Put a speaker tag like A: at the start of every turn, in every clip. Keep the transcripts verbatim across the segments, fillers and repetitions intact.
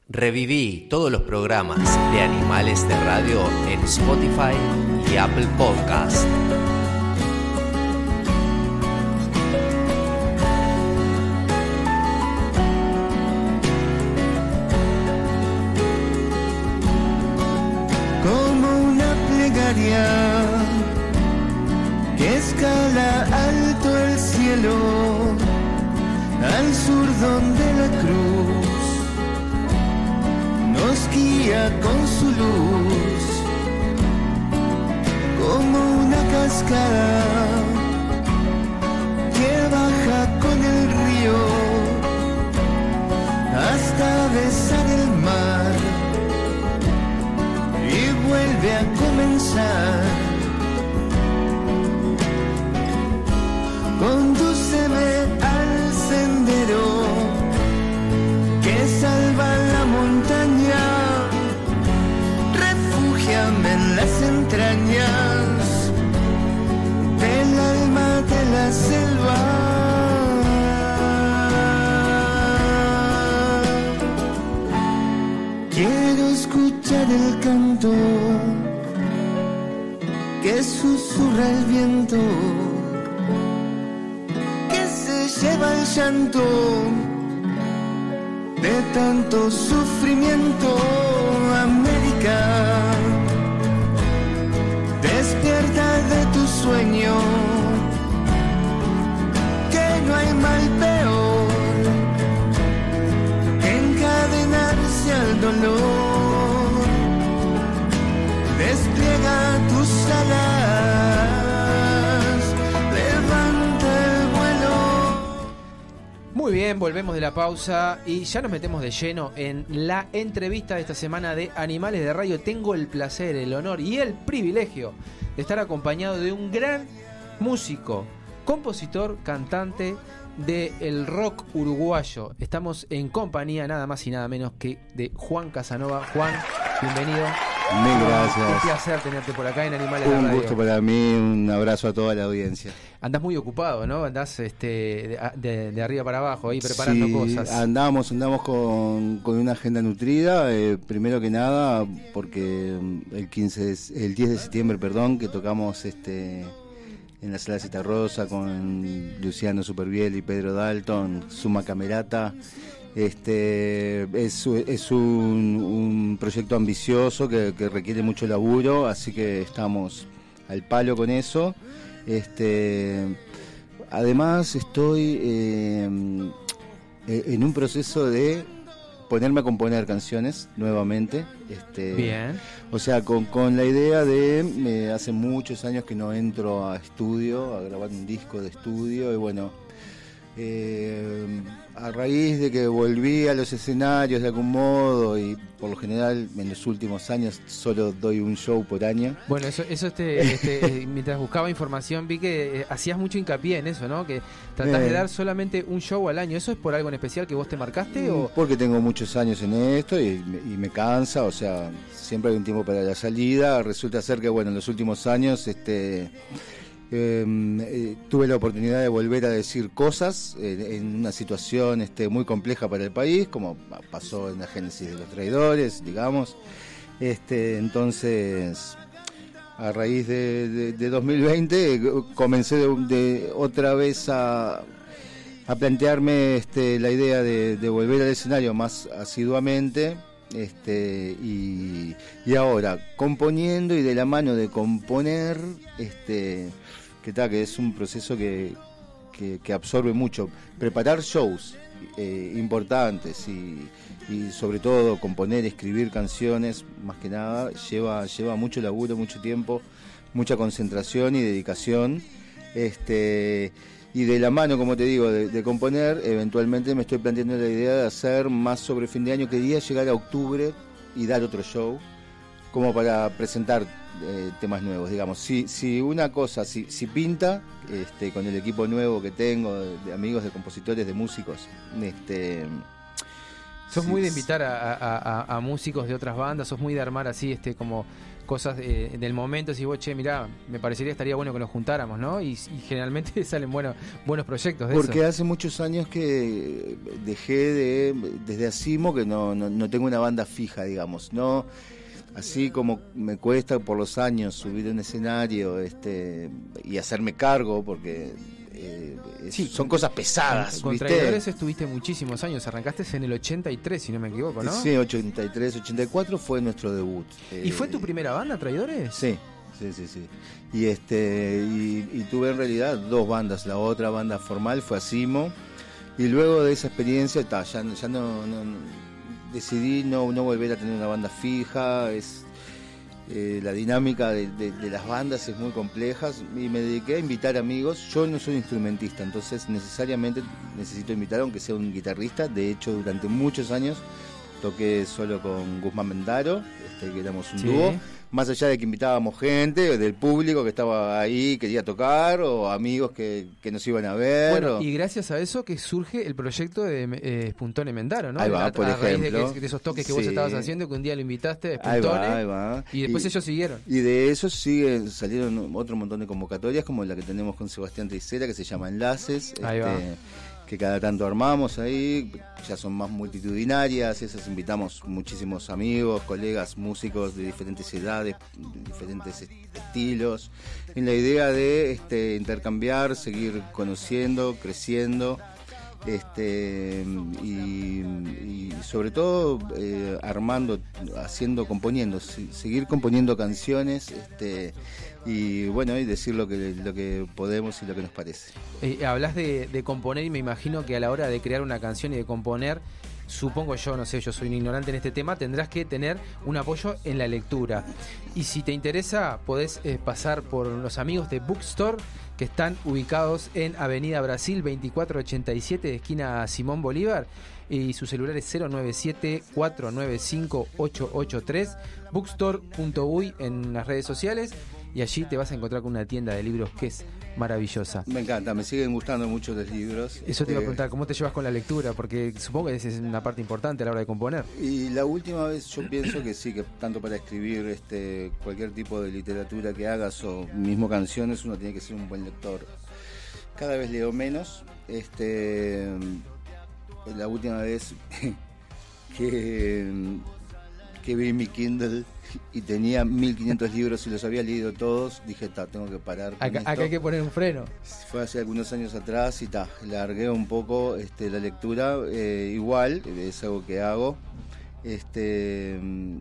A: Reviví todos los programas de Animales de Radio en Spotify y Apple Podcast.
B: Como una plegaria que escala alto el cielo, al sur donde la cruz nos guía con su luz, como una cascada que baja con el río hasta besar el mar y vuelve a comenzar. Condúceme al sendero que salva la montaña, refúgiame en las entrañas del alma de la selva. Quiero escuchar el canto que susurra el viento, que se lleva el llanto de tanto sufrimiento. América, despierta de tu sueño, que no hay mal peor que encadenarse al dolor. Despliega tus alas, levanta el vuelo.
C: Muy bien, volvemos de la pausa y ya nos metemos de lleno en la entrevista de esta semana de Animales de Radio. Tengo el placer, el honor y el privilegio de estar acompañado de un gran músico, compositor, cantante del rock uruguayo. Estamos en compañía nada más y nada menos que de Juan Casanova. Juan, bienvenido.
D: Mil gracias.
C: Un placer tenerte por acá en Animales de Radio.
D: Un gusto para mí, un abrazo a toda la audiencia.
C: Andás muy ocupado, ¿no? Andás este, de, de, de arriba para abajo ahí preparando
D: sí,
C: cosas.
D: Andamos, andamos con, con una agenda nutrida, eh, primero que nada, porque el quince, de, el diez de septiembre, perdón, que tocamos este en la Sala Citarrosa con Luciano Superviel y Pedro Dalton, Suma Camerata. Este es, es un, un proyecto ambicioso que, que requiere mucho laburo, así que estamos al palo con eso. Este, además estoy eh, en un proceso de ponerme a componer canciones nuevamente. Este,
C: Bien.
D: O sea, con, con la idea de eh, hace muchos años que no entro a estudio, a grabar un disco de estudio y bueno. Eh, a raíz de que volví a los escenarios de algún modo y por lo general en los últimos años solo doy un show por año.
C: Bueno, eso, eso este, este, mientras buscaba información vi que eh, hacías mucho hincapié en eso, ¿no? Que tratás eh. de dar solamente un show al año. ¿Eso es por algo en especial que vos te marcaste? O?
D: Porque tengo muchos años en esto y, y me cansa, o sea, siempre hay un tiempo para la salida. Resulta ser que bueno, en los últimos años este Eh, eh, tuve la oportunidad de volver a decir cosas eh, en una situación este, muy compleja para el país, como pasó en la génesis de Los Traidores, digamos. Este, entonces, a raíz de, de, de dos mil veinte, comencé de, de otra vez a, a plantearme este, la idea de, de volver al escenario más asiduamente. Este, y, y ahora componiendo y de la mano de componer, este, que tal, que es un proceso que, que, que absorbe mucho. Preparar shows eh, importantes y, y sobre todo componer, escribir canciones, más que nada, lleva, lleva mucho laburo, mucho tiempo, mucha concentración y dedicación. Este, y de la mano, como te digo, de, de componer, eventualmente me estoy planteando la idea de hacer más sobre fin de año. Quería llegar a octubre y dar otro show, como para presentar eh, temas nuevos, digamos. Si, si una cosa, si, si pinta, este, con el equipo nuevo que tengo, de, de amigos, de compositores, de músicos, este,
C: Sos
D: sí,
C: muy de
D: sí.
C: invitar a, a, a, a músicos de otras bandas, sos muy de armar así, este, como cosas de, del momento, si vos, che, mirá, me parecería estaría bueno que nos juntáramos, ¿no? Y, y generalmente salen bueno, buenos proyectos de
D: Porque
C: eso.
D: hace muchos años que dejé de, desde Asimo, que no, no, no tengo una banda fija, digamos, no, así como me cuesta por los años subir a un escenario, este, y hacerme cargo, porque eh, es-
C: Sí,
D: son cosas pesadas,
C: Con
D: ¿viste?
C: Traidores estuviste muchísimos años, arrancaste en el ochenta y tres, si no me equivoco, ¿no?
D: Sí, ochenta y tres, ochenta y cuatro fue nuestro debut.
C: ¿Y fue
D: Eh,
C: tu primera banda, Traidores?
D: Sí, sí, sí, sí. Y este y, y tuve en realidad dos bandas. La otra banda formal fue Asimo. Y luego de esa experiencia, ta, ya, no- ya no, no- no- decidí no, no volver a tener una banda fija. Es eh, la dinámica de, de- de las bandas es muy compleja y me dediqué a invitar amigos. Yo no soy instrumentista, entonces necesariamente necesito invitar, aunque sea un guitarrista. De hecho, durante muchos años toqué solo con Guzmán Mendaro, este, que éramos un
C: Sí.
D: dúo. Más allá de que invitábamos gente del público que estaba ahí, quería tocar, o amigos que, que nos iban a ver.
C: Bueno,
D: o-
C: y gracias a eso que surge el proyecto de eh, Spuntone Mendaro, ¿no?
D: Ahí va,
C: a,
D: por
C: a raíz de,
D: ejemplo.
C: que- de esos toques que vos
D: Sí.
C: estabas haciendo, que un día lo invitaste a
D: Ahí
C: Spuntone,
D: va, ahí va.
C: y después ellos siguieron.
D: Y de eso siguen, salieron otro montón de convocatorias, como la que tenemos con Sebastián Tricera, que se llama Enlaces,
C: Ahí va.
D: que cada tanto armamos ahí, ya son más multitudinarias, esas invitamos muchísimos amigos, colegas, músicos de diferentes edades, de diferentes est- estilos, en la idea de este, intercambiar, seguir conociendo, creciendo. Este y, y sobre todo eh, armando, haciendo, componiendo, si- seguir componiendo canciones, este y bueno, y decir lo que lo que podemos y lo que nos parece.
C: Eh, hablas de, de componer y me imagino que a la hora de crear una canción y de componer, supongo yo, no sé, yo soy un ignorante en este tema, tendrás que tener un apoyo en la lectura. Y si te interesa, podés eh, pasar por los amigos de Bookstore, que están ubicados en Avenida Brasil veinticuatro ochenta y siete, esquina Simón Bolívar, y su celular es cero nueve siete, cuatro nueve cinco, ocho ocho tres, bookstore punto uy en las redes sociales, y allí te vas a encontrar con una tienda de libros que es maravillosa.
D: Me encanta, me siguen gustando mucho los libros.
C: Eso te iba a
D: Este,
C: preguntar, ¿cómo te llevas con la lectura? Porque supongo que esa es una parte importante a la hora de componer.
D: Y la última vez yo pienso que sí, que tanto para escribir este cualquier tipo de literatura que hagas o mismo canciones, uno tiene que ser un buen lector. Cada vez leo menos. Este, la última vez que, que vi mi Kindle y tenía mil quinientos libros y los había leído todos, dije, ta, tengo que parar con
C: Acá,
D: esto.
C: acá hay que poner un freno.
D: Fue hace algunos años atrás y ta, largué un poco este, la lectura, eh, igual, es algo que hago, este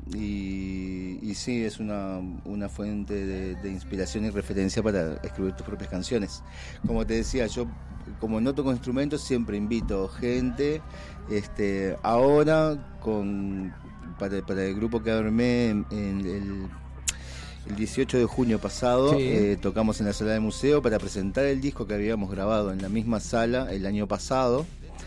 D: y, y sí, es una, una fuente de, de inspiración y referencia para escribir tus propias canciones. Como te decía, yo como no toco instrumentos, siempre invito gente, este ahora con para, para el grupo que armé en, en el El dieciocho de junio pasado,
C: Sí.
D: eh, tocamos en la sala de museo para presentar el disco que habíamos grabado en la misma sala el año pasado.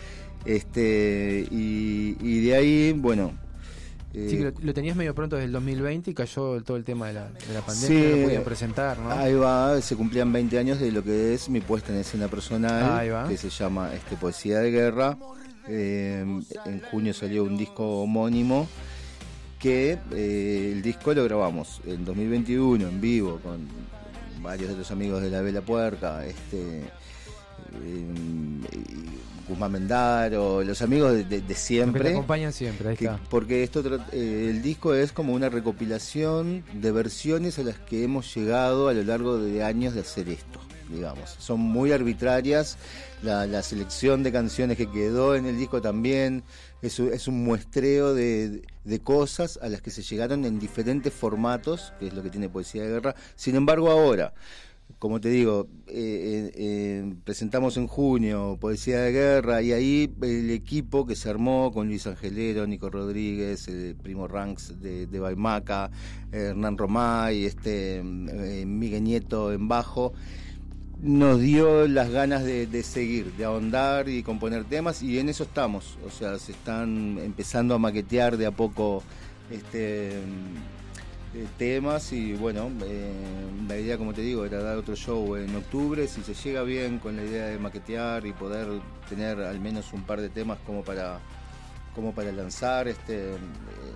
D: Este y, y de ahí, bueno. eh,
C: Sí, que lo, lo tenías medio pronto desde el dos mil veinte y cayó todo el tema de la, de la pandemia,
D: Sí.
C: no lo podían presentar, ¿no?
D: Ahí va, se cumplían veinte años de lo que es mi puesta en escena personal,
C: Ahí va.
D: que se llama este, Poesía de Guerra. Eh, en junio salió un disco homónimo que eh, el disco lo grabamos en dos mil veintiuno en vivo con varios de los amigos de La Vela Puerca, este eh, Guzmán Mendaro, los amigos de, de- de
C: Que te
D: siempre.
C: acompañan siempre, ahí
D: Que-
C: está.
D: porque esto tra- eh, el disco es como una recopilación de versiones a las que hemos llegado a lo largo de años de hacer esto, digamos. Son muy arbitrarias, la, la selección de canciones que quedó en el disco también es, u- es un muestreo de, de cosas a las que se llegaron en diferentes formatos, que es lo que tiene Poesía de Guerra. Sin embargo, ahora, como te digo, eh, eh, eh, presentamos en junio Poesía de Guerra y ahí el equipo que se armó con Luis Angelero, Nico Rodríguez, el Primo Ranks de, de Baimaca, eh, Hernán Romay, este, eh, Miguel Nieto en bajo, nos dio las ganas de, de seguir, de ahondar y componer temas, y en eso estamos. O sea, se están empezando a maquetear de a poco este eh, temas y bueno, eh, la idea, como te digo, era dar otro show en octubre. Si se llega bien con la idea de maquetear y poder tener al menos un par de temas como para como para lanzar, este, eh,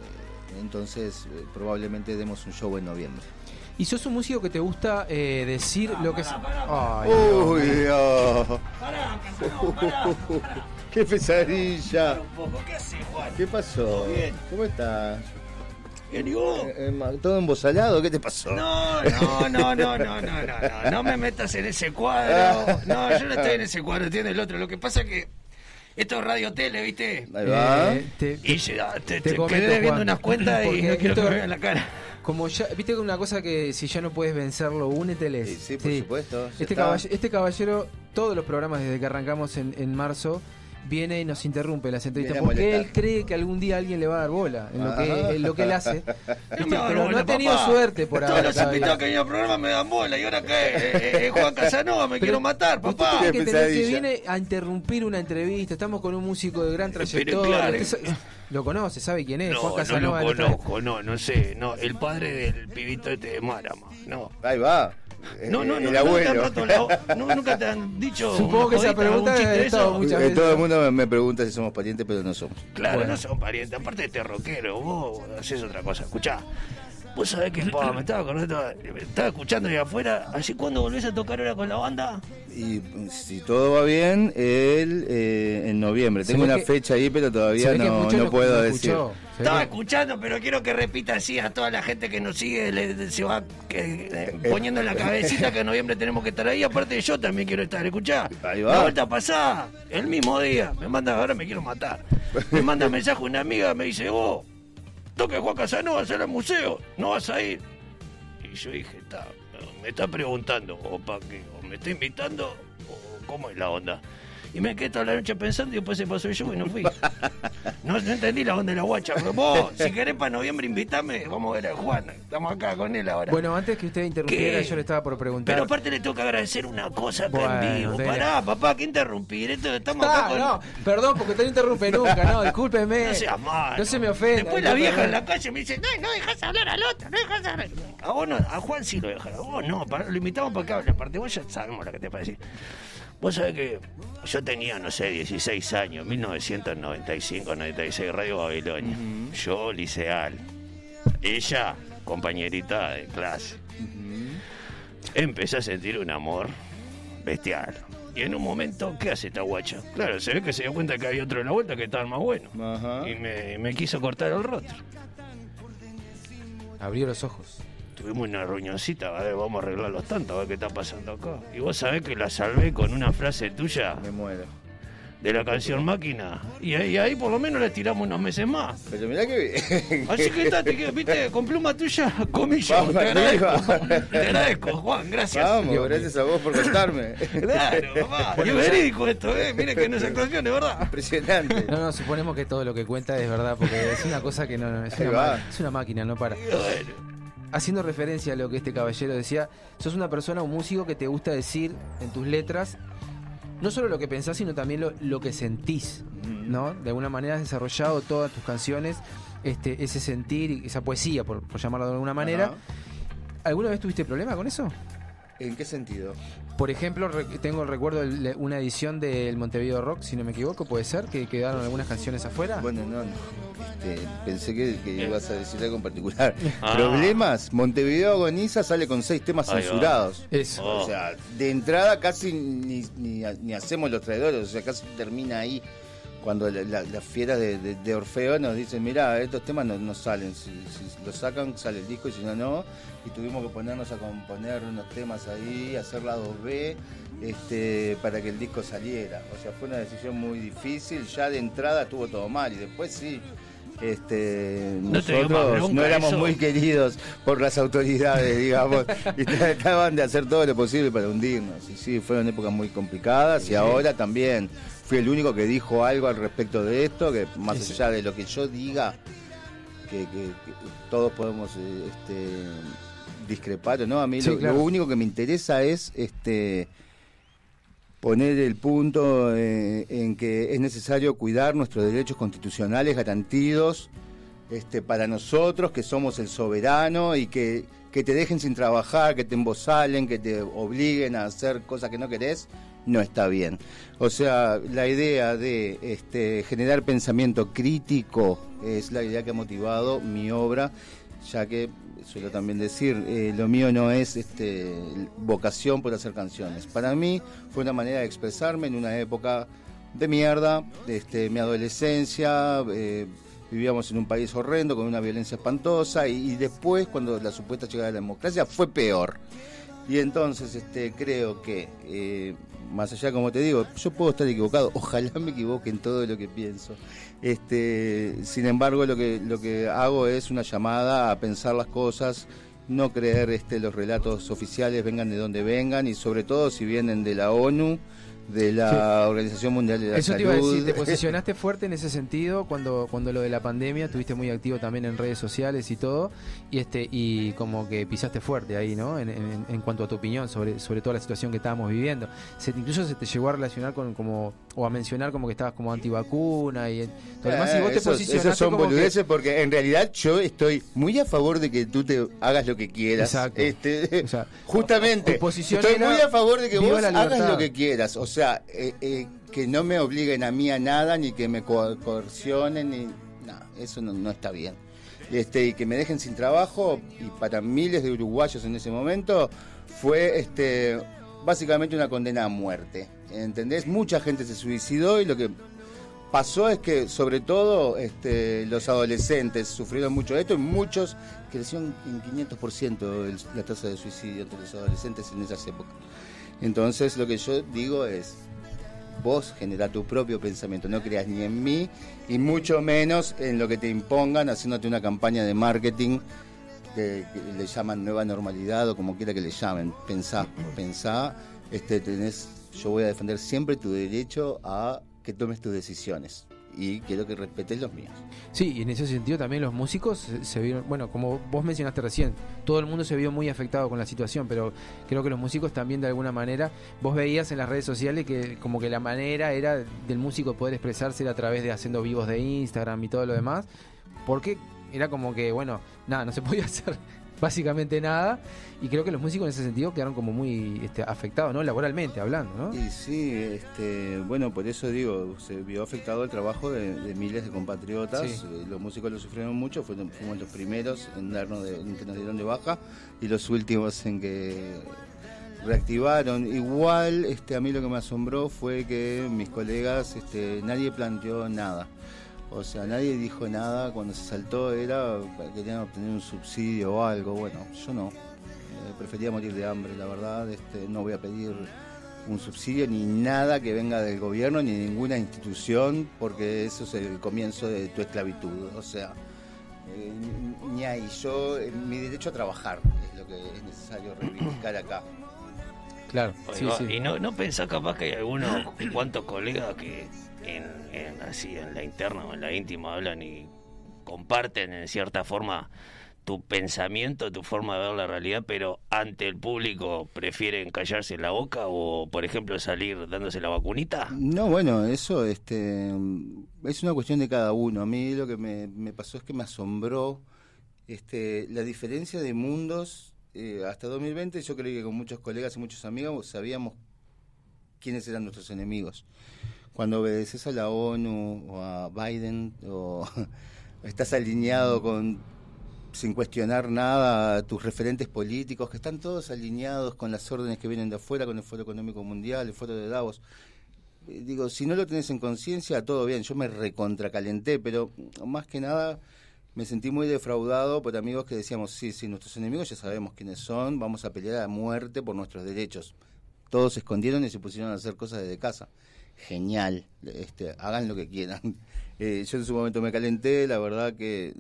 D: entonces eh, probablemente demos un show en noviembre.
C: ¿Y sos un músico que te gusta eh, decir lo que es? Ay,
D: Uy,
C: Dios.
D: Dios.
E: Pará, Casanova, pará.
D: ¡Qué pesadilla!
E: Un poco, ¿qué haces, Juan?
D: ¿Qué pasó?
E: ¿Todo bien?
D: ¿Cómo estás?
E: Bien, ¿y vos?
D: Eh, eh, ma- ¿Todo embosalado? ¿Qué te pasó?
E: No, no, no, no, no, no, no, no, no me metas en ese cuadro. No, yo no estoy en ese cuadro, tiene el otro. Lo que pasa es que esto es radio tele, ¿viste?
D: Ahí va.
C: Eh, te-
E: Y ya, te,
C: te
E: te
C: comento,
E: quedé viendo
C: Juan,
E: unas cuentas y
C: porque
E: no quiero
C: esto-
E: que me vean la cara.
C: Como ya, viste que una cosa que si ya no puedes vencerlo, úneteles.
D: Sí, sí, por supuesto, ya
C: Este,
D: está.
C: caball- este caballero, todos los programas desde que arrancamos en, en marzo, viene y nos interrumpe las entrevistas
D: Viene a
C: porque
D: molestar.
C: él cree que algún día alguien le va a dar bola en lo que,
D: Ajá.
C: en lo que él hace. ¿Viste?
E: No me da
C: Pero no
E: bola,
C: ha tenido
E: papá.
C: suerte por
E: Todos
C: ahora.
E: los
C: todavía.
E: invitados que vienen al programa me dan bola y ahora qué, eh, eh, Juan Casanova, me
C: Pero
E: quiero matar,
C: usted
E: papá.
C: tiene que
D: Qué
C: tener que
D: pesadilla.
C: viene a interrumpir una entrevista. Estamos con un músico de gran
E: Pero
C: trayectoria.
E: claro.
C: Usted sa- lo conoce, sabe quién es. Juan
E: No, no lo
C: Casanova. el otro-
E: conozco, no, no sé, no, el padre del pibito este de Marama, no.
D: Ahí va.
E: No, no,
D: Eh,
E: no,
D: el
E: no te han
D: abuelo.
E: roto la- no, nunca te han dicho.
C: Supongo
E: una
C: que esa
E: jodita,
C: pregunta
E: algún chiste
C: ha
E: de
C: estado
E: eso?
C: muchas
D: Eh,
C: veces.
D: todo el mundo me, me pregunta si somos parientes, pero no somos.
E: Claro,
C: Bueno.
E: no son parientes, aparte de este rockero, vos haces otra cosa. Escuchá, vos sabés que pa, me estaba acordando, me estaba escuchando ahí afuera, ¿así cuándo volvés a tocar ahora con la banda?
D: Y si todo va bien, él eh, en noviembre.
C: Se
D: Tengo
C: ve
D: una
C: que-
D: fecha ahí, pero
C: Se
D: todavía
C: ve que
D: no,
C: mucho
D: no
C: lo-
D: puedo
C: lo
D: decir.
C: escuchó. Se ve
E: Estaba
C: que-
E: escuchando, pero quiero que repita así a toda la gente que nos sigue, le- se va que, eh, poniendo en la cabecita que en noviembre tenemos que estar ahí, aparte yo también quiero estar, escuchá.
D: Ahí va.
E: La vuelta pasada, el mismo día, me manda, ahora me quiero matar, me manda mensaje una amiga, me dice, vos, toque Juan Casanova, vas al museo, no vas a ir. Y yo dije, está, me está preguntando, o para qué, o me está invitando, o cómo es la onda. Y me quedé toda la noche pensando y después se pasó el show y no fui. No, no entendí la onda de la guacha, pero vos, si querés para noviembre invitame, vamos a ver a Juan, estamos acá con él ahora.
C: Bueno, antes que usted interrumpiera,
E: ¿Qué?
C: yo le estaba por preguntar.
E: Pero aparte le tengo que agradecer una cosa acá
C: Bueno,
E: en vivo.
C: dele.
E: Pará, papá, que interrumpir, esto estamos acá
C: Ah,
E: con...
C: no, perdón, porque usted no interrumpe nunca, no, discúlpeme.
E: No seas malo.
C: No se me ofenda.
E: Después la
C: no,
E: vieja
C: no,
E: en la calle me dice, no, no dejas hablar al otro, no dejas hablar. A vos no, a Juan sí lo dejas, a vos no, para- lo invitamos para que hable. Aparte vos ya sabemos lo que te parece. Vos sabés que yo tenía, no sé, dieciséis años, mil novecientos noventa y cinco, noventa y seis, Radio Babilonia. Yo, liceal. Ella, compañerita de clase. Empecé a sentir un amor bestial. Y en un momento, ¿qué hace esta guacha? Claro, se ve que se dio cuenta que había otro en la vuelta que estaban más buenos.
D: Ajá.
E: Y me, me quiso cortar el rostro.
C: Abrió los ojos.
E: Tuvimos una reunioncita, a ver, vamos a arreglar los tantos, a ver qué está pasando acá. Y vos sabés que la salvé con una frase tuya
D: Me muero.
E: de la canción Máquina. Y ahí, ahí por lo menos le tiramos unos meses más.
D: Pero mirá que bien.
E: Así que está, te quedo, viste, con pluma tuya, comillo.
D: Vamos
E: Te agradezco,
D: arriba.
E: te agradezco, Juan, gracias.
D: Vamos, gracias a vos por contarme.
E: Claro, papá. Y es verídico esto, ¿eh? Mire que no es actuación, de verdad.
D: Impresionante.
C: No, no, suponemos que todo lo que cuenta es verdad, porque es una cosa que no, no es,
D: Ahí
C: una
D: va.
C: ma- es una máquina, no para.
E: Y bueno,
C: Haciendo referencia a lo que este caballero decía, sos una persona, un músico que te gusta decir en tus letras no solo lo que pensás, sino también lo, lo que sentís, ¿no? De alguna manera has desarrollado todas tus canciones, este, ese sentir, esa poesía, por, por llamarlo de alguna manera.
D: Ajá.
C: ¿Alguna vez tuviste problema con eso?
D: ¿En qué sentido?
C: Por ejemplo, re- tengo el recuerdo de una edición del Montevideo Rock, si no me equivoco, puede ser, que quedaron algunas canciones afuera.
D: Bueno, no, no. Este, pensé que, que ibas a decir algo en particular.
E: Ah.
D: ¿Problemas? Montevideo Agoniza sale con seis temas
E: Ahí va.
D: censurados.
C: Eso.
E: Oh.
D: O sea, de entrada casi ni, ni, ni hacemos los traidores, o sea, casi termina ahí. Cuando la, la, la fiera de, de, de Orfeo nos dicen, mira, estos temas no, no salen, si, si los sacan sale el disco y si no, no. Y tuvimos que ponernos a componer unos temas ahí, hacer la dos B, este, para que el disco saliera. O sea, fue una decisión muy difícil, ya de entrada estuvo todo mal y después sí. Este,
E: No te dio más
D: nosotros
E: bronca
D: no éramos
E: eso.
D: muy queridos por las autoridades, digamos, y trataban de hacer todo lo posible para hundirnos. Y sí, fueron épocas muy complicadas y ahora también fui el único que dijo algo al respecto de esto, que más
C: Ese-
D: allá de lo que yo diga, que, que- que todos podemos eh, este, discrepar o no, a mí
C: Sí,
D: lo,
C: claro.
D: lo único que me interesa es este poner el punto eh, en que es necesario cuidar nuestros derechos constitucionales garantidos este, para nosotros, que somos el soberano, y que, que te dejen sin trabajar, que te embosalen, que te obliguen a hacer cosas que no querés. no está bien. O sea, la idea de este, generar pensamiento crítico es la idea que ha motivado mi obra, ya que suelo también decir, eh, lo mío no es este, vocación por hacer canciones. Para mí fue una manera de expresarme en una época de mierda, este, mi adolescencia, eh, vivíamos en un país horrendo con una violencia espantosa y, y después, cuando la supuesta llegada de la democracia, fue peor. Y entonces este, creo que, eh, más allá, como te digo, yo puedo estar equivocado, ojalá me equivoque en todo lo que pienso. Este, sin embargo, lo que, lo que hago es una llamada a pensar las cosas, no creer este, los relatos oficiales, vengan de donde vengan, y sobre todo si vienen de la ONU, de la sí. Organización Mundial de la
C: Eso
D: Salud.
C: Eso te iba a decir, te posicionaste fuerte en ese sentido cuando cuando lo de la pandemia, estuviste muy activo también en redes sociales y todo, y este y como que pisaste fuerte ahí, ¿no? En, en, en cuanto a tu opinión sobre sobre toda la situación que estábamos viviendo. Se, incluso se te llegó a relacionar con como o a mencionar como que estabas como antivacuna y todo lo demás, y vos te
D: esos,
C: posicionaste
D: esos son
C: como
D: boludeces
C: que...
D: porque en realidad yo estoy muy a favor de que tú te hagas lo que quieras.
C: Exacto.
D: Este,
C: o sea,
D: justamente,
C: oposición
D: estoy
C: era
D: muy a favor de que
C: viva
D: vos
C: la
D: hagas
C: libertad.
D: lo que quieras. O sea, eh, eh, que no me obliguen a mí a nada, ni que me co- coercionen, ni no, eso no, no está bien. Este, y que me dejen sin trabajo, y para miles de uruguayos en ese momento fue este básicamente una condena a muerte. ¿Entendés? Mucha gente se suicidó y lo que pasó es que sobre todo este, los adolescentes sufrieron mucho de esto y muchos crecieron en quinientos por ciento el, la tasa de suicidio entre los adolescentes en esas épocas. Entonces lo que yo digo es, vos generá tu propio pensamiento, no creas ni en mí y mucho menos en lo que te impongan haciéndote una campaña de marketing que, que le llaman nueva normalidad o como quiera que le llamen. Pensá, pensá, este, tenés, yo voy a defender siempre tu derecho a que tomes tus decisiones y quiero que respetes los míos.
C: Sí, y en ese sentido también los músicos se, se vieron, bueno, como vos mencionaste recién, todo el mundo se vio muy afectado con la situación, pero creo que los músicos también de alguna manera, vos veías en las redes sociales que como que la manera era del músico poder expresarse era a través de haciendo vivos de Instagram y todo lo demás, porque era como que, bueno, nada, no se podía hacer básicamente nada, y creo que los músicos en ese sentido quedaron como muy este, afectados, ¿no? Laboralmente hablando, ¿no?
D: Y sí, este, bueno, por eso digo, se vio afectado el trabajo de, de miles de compatriotas,
C: Sí.
D: eh, los músicos lo sufrieron mucho, fueron, fuimos los primeros en darnos de, en que nos dieron de baja y los últimos en que reactivaron. Igual, este, a mí lo que me asombró fue que mis colegas, este, nadie planteó nada. O sea, nadie dijo nada cuando se saltó, era que querían obtener un subsidio o algo. Bueno, yo no. Eh, prefería morir de hambre, la verdad. Este, no voy a pedir un subsidio ni nada que venga del gobierno ni de ninguna institución, porque eso es el comienzo de tu esclavitud. O sea, eh, ni ahí. Yo, eh, mi derecho a trabajar es lo que es necesario reivindicar acá.
C: Claro, sí,
E: Oiga,
C: sí.
E: Y no, no pensás capaz que hay algunos cuantos colegas que en, en así en la interna o en la íntima hablan y comparten en cierta forma tu pensamiento, tu forma de ver la realidad, pero ante el público prefieren callarse la boca o, por ejemplo, salir dándose la vacunita?
D: No, bueno, eso este, es una cuestión de cada uno. A mí lo que me, me pasó es que me asombró este, la diferencia de mundos. Eh, hasta dos mil veinte yo creo que con muchos colegas y muchos amigos sabíamos quiénes eran nuestros enemigos. Cuando obedeces a la ONU o a Biden o estás alineado con, sin cuestionar nada, a tus referentes políticos, que están todos alineados con las órdenes que vienen de afuera, con el Foro Económico Mundial, el Foro de Davos. Eh, digo, si no lo tenés en conciencia, todo bien. Yo me recontracalenté, pero más que nada me sentí muy defraudado por amigos que decíamos, sí, sí, nuestros enemigos ya sabemos quiénes son, vamos a pelear a muerte por nuestros derechos. Todos se escondieron y se pusieron a hacer cosas desde casa. Genial, este, hagan lo que quieran. Eh, yo en su momento me calenté, la verdad que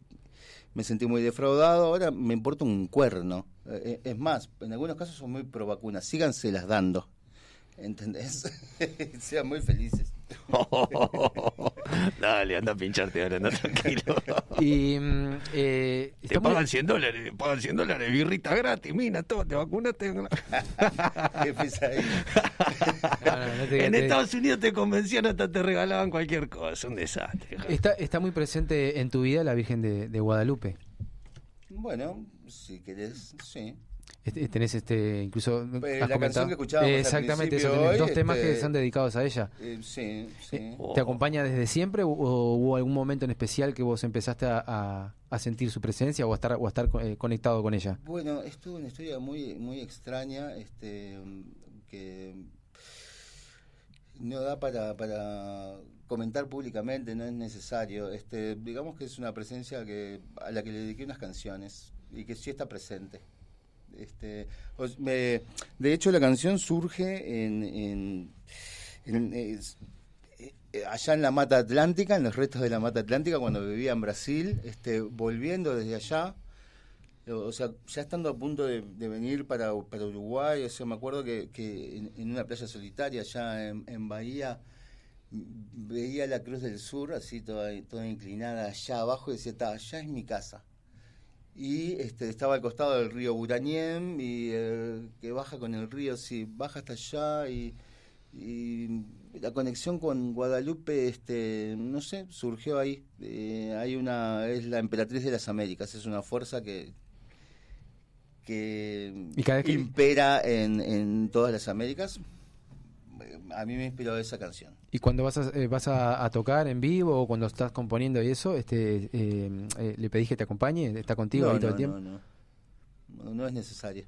D: me sentí muy defraudado, ahora me importa un cuerno. Eh, es más, en algunos casos son muy pro vacunas, síganselas dando, ¿entendés? Sean muy felices.
E: Dale, anda a pincharte ahora, anda tranquilo.
C: Y mm, eh,
E: Te
C: está muy-
E: pagan cien dólares, te pagan cien dólares, birrita gratis, mina, todo, te vacunaste.
D: Qué pesadilla.
C: No, no, no te-
E: En
C: te-
E: Estados Unidos te convencían, hasta te regalaban cualquier cosa, un desastre.
C: Está, está muy presente en tu vida la Virgen de, de Guadalupe.
D: Bueno, si querés, sí.
C: Este, tenés este, incluso...
D: Eh,
C: has
D: la canción que escuchábamos
C: eh,
D: al
C: exactamente, eso,
D: principio
C: tenés dos
D: hoy,
C: temas
D: este,
C: que son dedicados a ella.
D: Eh, sí, sí.
C: Eh, ¿Te acompaña desde siempre o, o hubo algún momento en especial que vos empezaste a, a, a sentir su presencia o a estar, o a estar eh, conectado con ella?
D: Bueno, estuvo una historia muy muy extraña, este que no da para, para comentar públicamente, no es necesario. Este, digamos que es una presencia que a la que le dediqué unas canciones y que sí está presente. Este, os, me, de hecho, la canción surge en, en, en es, eh, allá en la Mata Atlántica, en los restos de la Mata Atlántica, cuando vivía en Brasil, este, volviendo desde allá. O sea, ya estando a punto de, de venir para, para Uruguay, o sea, me acuerdo que, que en, en una playa solitaria allá en, en Bahía veía la Cruz del Sur así toda, toda inclinada allá abajo y decía, está, allá es mi casa. Y este, estaba al costado del río Buranién y eh, que baja con el río, sí, baja hasta allá y, y la conexión con Guadalupe, este, no sé, surgió ahí. Eh, hay una, es la Emperatriz de las Américas, es una fuerza que que,
C: ¿Y cada vez que...
D: impera en, en todas las Américas. A mí me inspiró esa canción.
C: ¿Y cuando vas a, eh, vas a, a tocar en vivo o cuando estás componiendo y eso, este, eh, eh, le pedís que te acompañe? ¿Está contigo
D: no,
C: ahí todo
D: no,
C: el tiempo?
D: No, no, no, no es necesario.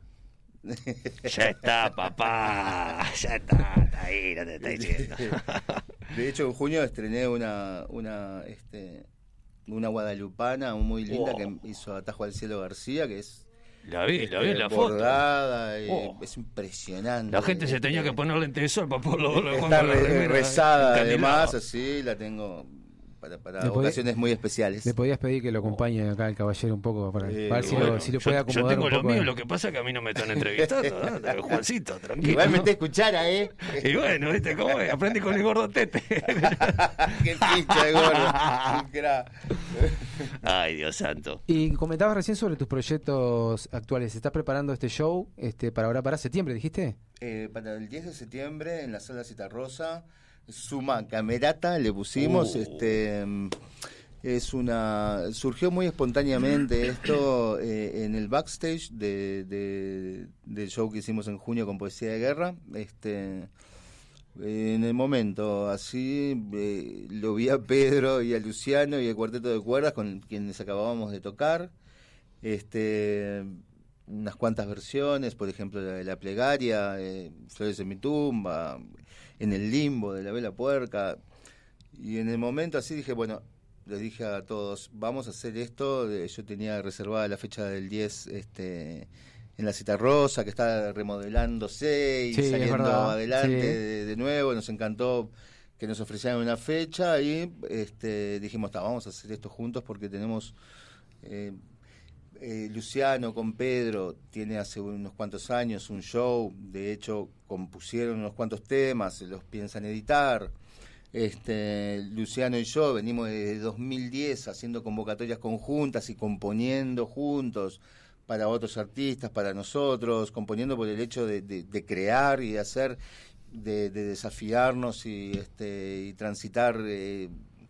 E: Ya está, papá. Ya está, está ahí, no te está diciendo.
D: De hecho, en junio estrené una una este una guadalupana muy linda,
E: wow,
D: que hizo Atajo al Cielo García, que es
E: La vi, la vi en la
D: bordada,
E: foto.
D: Y
E: Oh.
D: es impresionante.
E: La gente se
D: este,
E: tenía que poner lente de sol para poderlo lo,
D: está re, rezada,
E: encandilado.
D: además, así la tengo para, para
C: ¿Le podía-
D: ocasiones muy especiales.
C: Le podías pedir que lo acompañe acá el caballero un poco para,
D: Eh,
C: para ver si,
D: bueno,
C: lo, si lo
E: yo,
C: puede
E: yo
C: acomodar
E: tengo
C: un
E: lo
C: poco.
E: mío,
C: en-
E: lo que pasa es que a mí no me están entrevistando, ¿no? Juancito, tranquilo.
D: Igualmente escuchara, ¿eh?
E: Y bueno, ¿viste cómo es? Aprendí con el gordo Tete.
D: Qué pincha de gordo. Qué cra.
E: Ay, Dios santo.
C: Y comentabas recién sobre tus proyectos actuales. ¿Estás preparando este show este, para ahora, para septiembre, dijiste?
D: Eh, para el diez de septiembre en la sala Citarrosa, Suma Camerata le pusimos,
E: Uh.
D: este es una surgió muy espontáneamente esto eh, en el backstage de, de- del show que hicimos en junio con Poesía de Guerra, este en el momento así eh, lo vi a Pedro y a Luciano y el cuarteto de cuerdas con quienes acabábamos de tocar, este unas cuantas versiones, por ejemplo la de la plegaria, eh, Flores en mi tumba, en el limbo de la vela puerca, y en el momento así dije, bueno, les dije a todos, vamos a hacer esto. Eh, yo tenía reservada la fecha del diez este en la Citarrosa, que está remodelándose y
C: Sí, es
D: saliendo
C: verdad,
D: adelante
C: sí.
D: de, de nuevo. Nos encantó que nos ofrecieran una fecha y este dijimos, "Ta, vamos a hacer esto juntos porque tenemos eh, eh, Luciano con Pedro tiene hace unos cuantos años un show, de hecho compusieron unos cuantos temas, los piensan editar. Este, Luciano y yo venimos desde dos mil diez haciendo convocatorias conjuntas y componiendo juntos para otros artistas, para nosotros, componiendo por el hecho de, de, de crear y de hacer, de, de desafiarnos y, este, y transitar eh,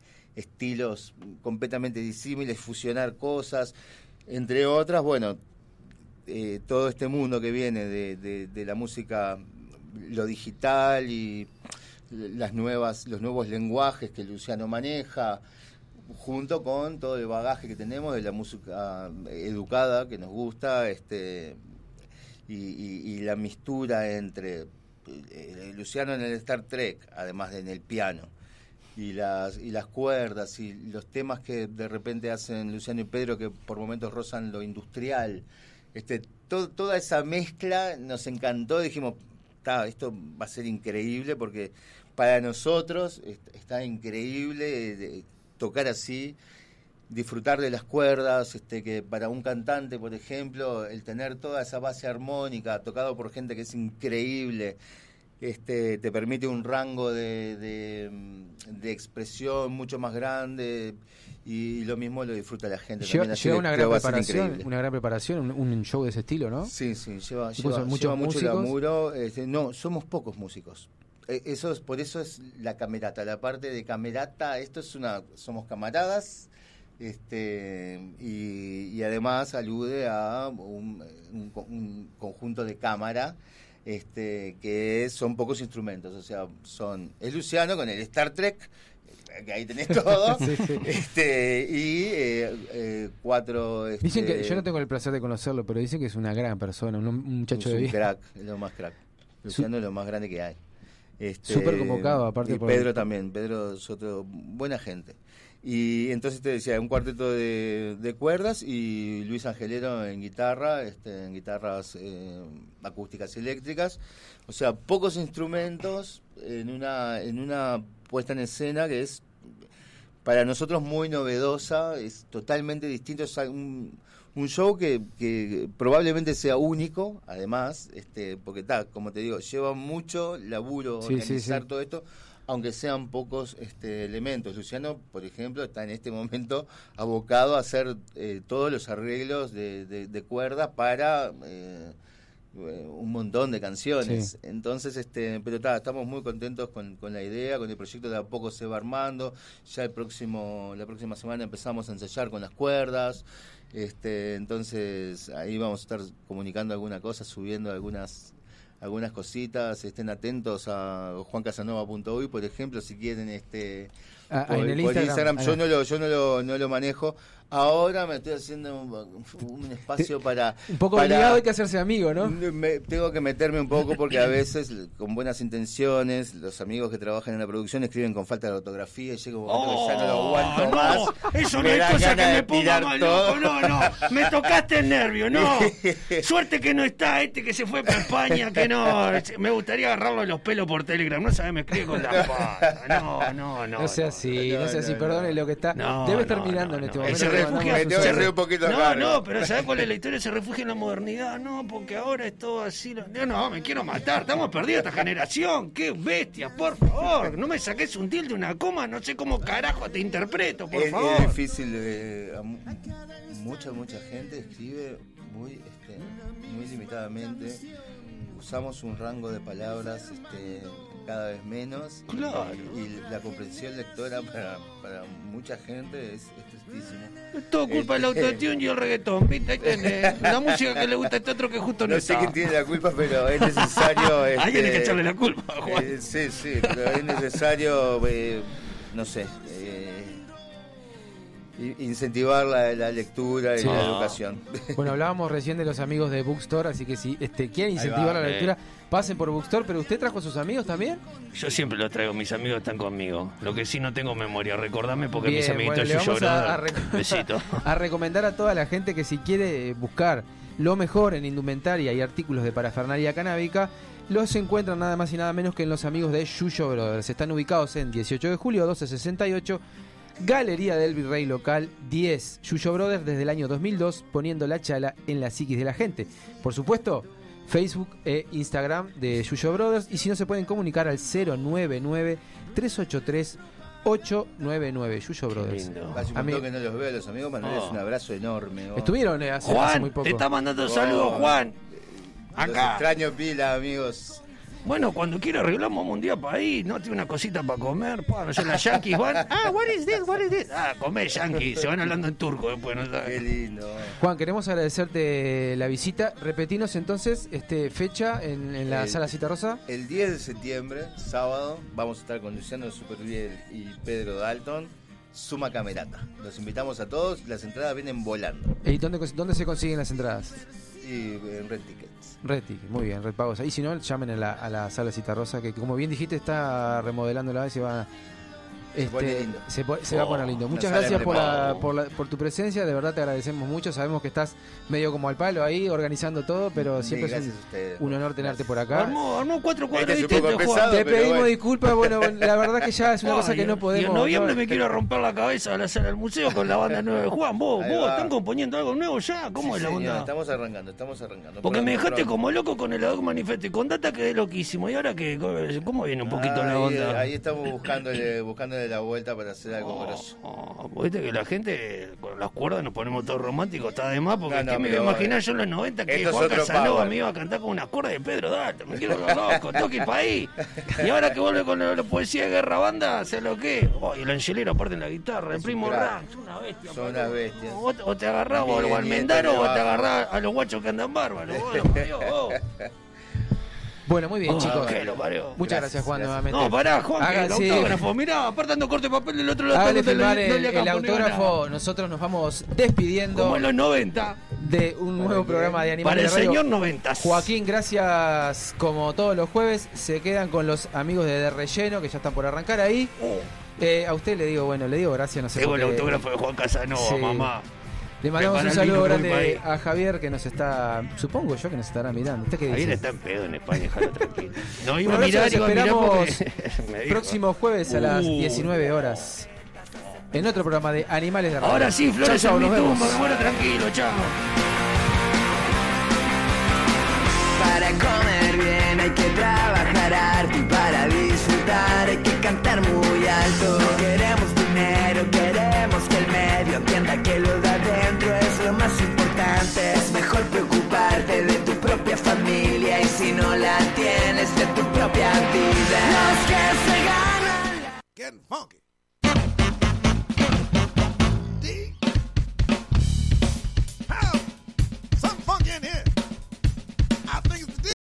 D: estilos completamente disímiles, fusionar cosas, entre otras, bueno, eh, todo este mundo que viene de, de, de la música, lo digital y las nuevas, los nuevos lenguajes que Luciano maneja, junto con todo el bagaje que tenemos de la música educada que nos gusta, este y, y, y la mistura entre eh, Luciano en el Star Trek, además de en el piano, y las y las cuerdas y los temas que de repente hacen Luciano y Pedro, que por momentos rozan lo industrial, este to, toda esa mezcla nos encantó. Dijimos, Ta, esto va a ser increíble, porque para nosotros está increíble de tocar así, disfrutar de las cuerdas, este que para un cantante, por ejemplo, el tener toda esa base armónica tocado por gente que es increíble, este te permite un rango de, de, de expresión mucho más grande, y lo mismo lo disfruta la gente.
C: Lleva,
D: también, así
C: lleva
D: que
C: una
D: creo
C: gran
D: va a ser
C: preparación,
D: increíble.
C: una gran preparación, un, un show de ese estilo, ¿no?
D: Sí, sí, lleva,
C: Y puso
D: lleva,
C: muchos
D: lleva mucho
C: músicos.
D: laburo. Este, no, somos pocos músicos. Eh, Eso es, por eso es la camerata, la parte de camerata. Esto es una, somos camaradas, Este, y, y además alude a un, un, un conjunto de cámara, este, que son pocos instrumentos, o sea, son es Luciano con el Star Trek, que ahí tenés todo,
C: Sí, sí.
D: este, y eh, eh, cuatro... Este,
C: Dicen que, yo no tengo el placer de conocerlo, pero dicen que es una gran persona, un, un muchacho
D: es
C: de
D: un
C: bien.
D: crack, es lo más crack. Luciano es lo más grande que hay. Este,
C: Súper convocado, aparte
D: y
C: por-
D: Pedro también, Pedro es otro, buena gente. Y entonces te decía, un cuarteto de, de cuerdas y Luis Angelero en guitarra, este, en guitarras eh, acústicas y eléctricas. O sea, pocos instrumentos en una, en una puesta en escena que es para nosotros muy novedosa, es totalmente distinto, es un, un show que, que probablemente sea único, además, este, porque está, como te digo, lleva mucho laburo
C: Sí, sí,
D: organizar
C: sí.
D: todo esto, aunque sean pocos este, elementos. Luciano, por ejemplo, está en este momento abocado a hacer eh, todos los arreglos de, de, de cuerda para eh, un montón de canciones.
C: Sí.
D: Entonces, este, pero está, estamos muy contentos con, con la idea, con el proyecto, de a poco se va armando. Ya el próximo, la próxima semana empezamos a ensayar con las cuerdas. Este, entonces ahí vamos a estar comunicando alguna cosa, subiendo algunas algunas cositas. Estén atentos a juan casanova punto uy, por ejemplo, si quieren, este
C: Ah,
D: por,
C: en el
D: por
C: Instagram.
D: Yo
C: Ah,
D: no lo yo no lo no lo manejo. Ahora me estoy haciendo un, un espacio para
C: un poco
D: para-
C: obligado, hay que hacerse amigo, ¿no?
D: me- tengo que meterme un poco porque a veces, con buenas intenciones, los amigos que trabajan en la producción escriben con falta de ortografía y llega un momento que ya no lo aguanto
E: Oh, no,
D: más.
E: eso no
D: Me
E: es
D: da
E: cosa que
D: ganas
E: me
D: de
E: ponga
D: tirar
E: mal
D: todo.
E: loco, no, no, me tocaste el nervio, no. Suerte que no está este que se fue para España, que no, me gustaría agarrarlo de los pelos por Telegram, no sabes, me escribe con las patas, no, no, no.
C: No sea
E: no.
C: así,
D: no,
C: no sea así,
D: no,
C: perdone
D: no.
C: lo que está.
E: No,
C: Debe estar
E: no,
C: mirando
E: no,
C: en este
E: no.
C: momento.
E: Se
C: le
E: refugia-
C: mandamos un
D: tengo que
C: saludo.
D: ser un poquito
E: No,
D: largo.
E: no, pero ¿sabes cuál es la historia? Se refugia en la modernidad, no, porque ahora es todo así. No, no, me quiero matar, estamos perdidos esta generación, qué bestia, por favor. No me saques un tilde, una coma, no sé cómo carajo te interpreto, por
D: es,
E: favor.
D: es difícil, eh, a mu- mucha, mucha gente escribe muy, este, muy limitadamente. Usamos un rango de palabras este, cada vez menos. y-
E: Claro.
D: Y, la comprensión lectora para, para mucha gente es, es tristísimo.
E: Es todo culpa del
D: Este-
E: autotune y el reggaetón, ¿viste? Ahí tenés. La música que le gusta a este otro que justo no,
D: No sé
E: está.
D: quién tiene la culpa, pero es necesario. este,
E: Alguien hay que echarle la culpa, Juan.
D: eh, sí, sí, pero es necesario, eh, no sé, eh, i- incentivar la, la lectura y
C: Sí.
D: la
E: Ah.
D: educación.
C: Bueno, hablábamos recién de los amigos de Bookstore, así que si este, quieren
D: Ahí
C: incentivar
D: va,
C: la
E: eh.
C: lectura, pasen por Bookstore, pero ¿usted trajo a sus amigos también?
E: Yo siempre lo traigo, mis amigos están conmigo. Lo que sí no tengo memoria, recordame porque
C: Bien,
E: mis amiguitos
C: bueno, le
E: Yuyo
C: vamos a, a
E: Brother,
C: rec-
E: besito.
C: a recomendar a toda la gente que si quiere buscar lo mejor en indumentaria y artículos de parafernalia canábica, los encuentran nada más y nada menos que en los amigos de Yuyo Brothers. Están ubicados en dieciocho de julio, doce sesenta y ocho, Galería del Virrey Local diez. Yuyo Brothers desde el año dos mil dos, poniendo la chala en la psiquis de la gente. Por supuesto, Facebook e Instagram de Yuyo Brothers, y si no se pueden comunicar al cero nueve nueve, tres ocho tres, ocho nueve nueve. Yuyo Brothers.
E: Lindo.
D: Hace un
C: A mí-
D: montón que no los veo a los amigos, Manuel,
E: Oh.
D: es un abrazo enorme. oh.
C: Estuvieron eh, hace, hace muy
E: Juan,
C: poco.
E: te está mandando saludos,
D: Oh.
E: Juan.
D: Los
E: Acá.
D: extraño pila, amigos.
E: Bueno, cuando quiera arreglamos un día para ir, ¿no? Tiene una cosita para comer, pa, no sé, las yankees, Juan. Ah, what is this, what is this? Ah, comé yankee, se van hablando en turco después, ¿no
D: Qué
E: sabes?
D: lindo.
C: Juan, queremos agradecerte la visita. Repetinos entonces este fecha en, en la
D: El-
C: sala Cita Rosa.
D: El diez de septiembre, sábado, vamos a estar con Luciano Superviel y Pedro Dalton, Suma Camerata. Los invitamos a todos, las entradas vienen volando.
C: ¿Y dónde, dónde se consiguen las entradas?
D: Y en Red Tickets.
C: Red Ticket, muy bien, Red Pagos. Ahí si no, llamen a la, a la sala Cita Rosa, que como bien dijiste está remodelando la vez y va este,
D: pone lindo.
C: se, po- se va a poner lindo.
D: Oh,
C: Muchas
D: una sala
C: gracias por, la,
E: preparada.
C: por, la- por tu presencia, de verdad te agradecemos mucho. Sabemos que estás medio como al palo ahí organizando todo, pero
D: Sí,
C: siempre es
D: gracias
C: un,
D: a ustedes.
C: un honor tenerte por acá.
E: Armó, armó cuatro cuadros
D: Este es un poco
E: distintos, Juan.
D: pesado,
C: Te
D: pero
C: pedimos
D: bueno.
C: disculpas, bueno, la verdad que ya es una
E: Ay,
C: cosa que no
E: y
C: podemos.
E: en noviembre
C: no-
E: me quiero romper la cabeza a la sala del museo con la banda nueva de Juan. Vos,
D: Ahí
E: vos,
D: va.
E: ¿están componiendo algo nuevo ya? ¿Cómo
D: Sí,
E: es la
D: señor,
E: onda?
D: estamos arrancando, estamos arrancando.
E: Porque
D: Pronto,
E: me dejaste
D: pronto.
E: como loco con el Ad Hoc Manifesto y con Data quedé loquísimo. ¿Y ahora qué? ¿Cómo viene un poquito
D: Ah,
E: la
D: ahí,
E: onda?
D: ahí estamos buscándole, buscándole la vuelta para hacer algo grosso.
E: Oh, viste que la gente con las cuerdas, nos ponemos todos románticos, está de más, porque
D: No, no,
E: ¿qué me iba a
D: pero,
E: imaginar yo en los noventa que
D: esto es
E: Juan
D: otro
E: Casanova
D: power.
E: me iba a cantar con unas cuerdas de Pedro Dalton? Me quiero ver loco, toque pa' ahí. Y ahora que vuelve con la, la poesía de Guerra Banda, ¿sabes lo que? Oh, y el Angelero aparte en la guitarra, el
D: Es
E: primo
D: un crack.
E: Rank, son una bestia.
D: Son
E: palo.
D: unas bestias.
E: O, o te agarrás
D: Bien,
E: o al
D: bien,
E: Almendaro
D: te
E: o te
D: baja.
E: agarrás a los guachos que andan bárbaros. Bueno, por Dios, oh.
C: Bueno, muy bien,
E: Oh,
C: chicos.
E: que lo parió.
C: Muchas gracias,
D: Gracias,
C: Juan,
D: gracias.
C: nuevamente.
E: No, pará, Juan,
C: Haga-
E: que el
C: sí.
E: autógrafo. Mirá, aparte ando corte de papel del otro lado.
C: Hágale
E: no le-
C: firmar
E: no
C: el,
E: le
C: el
E: acabo ni
C: autógrafo.
E: nada.
C: Nosotros nos vamos despidiendo
E: Como en los noventa.
C: de un nuevo programa de
E: Para
C: Animales
E: el
C: de Radio.
E: señor noventas.
C: Joaquín, gracias como todos los jueves. Se quedan con los amigos de De Relleno que ya están por arrancar ahí. Eh, a usted le digo, bueno, le digo gracias, no sé
E: Tengo
C: por
E: el
C: qué.
E: autógrafo de Juan Casanova,
C: Sí.
E: mamá.
C: Le mandamos
E: Prepara
C: un
E: el
C: saludo
E: micro, voy
C: grande
E: pa'
C: a Javier que nos está, supongo yo que nos estará mirando. ¿Usted qué
E: Javier
C: dice?
E: está en pedo en España, déjalo tranquilo. No, iba
C: Bueno,
E: a mirar,
C: nosotros
E: iba a mirar
C: esperamos
E: porque me dijo.
C: próximo jueves a las
E: Uh.
C: diecinueve horas en otro programa de Animales de Radio.
E: Ahora sí,
C: Chau,
E: Flores
C: chau,
E: en mi
C: nos vemos.
E: tumba, me muero tranquilo, chao.
B: Para comer bien hay que trabajar harto y para disfrutar hay que cantar muy alto. No queremos dinero, queremos que el medio entienda que lo de adentro es lo más importante. Es mejor preocuparte de tu propia familia y si no la tienes de tu propia vida. Los que se ganan
F: Getting funky.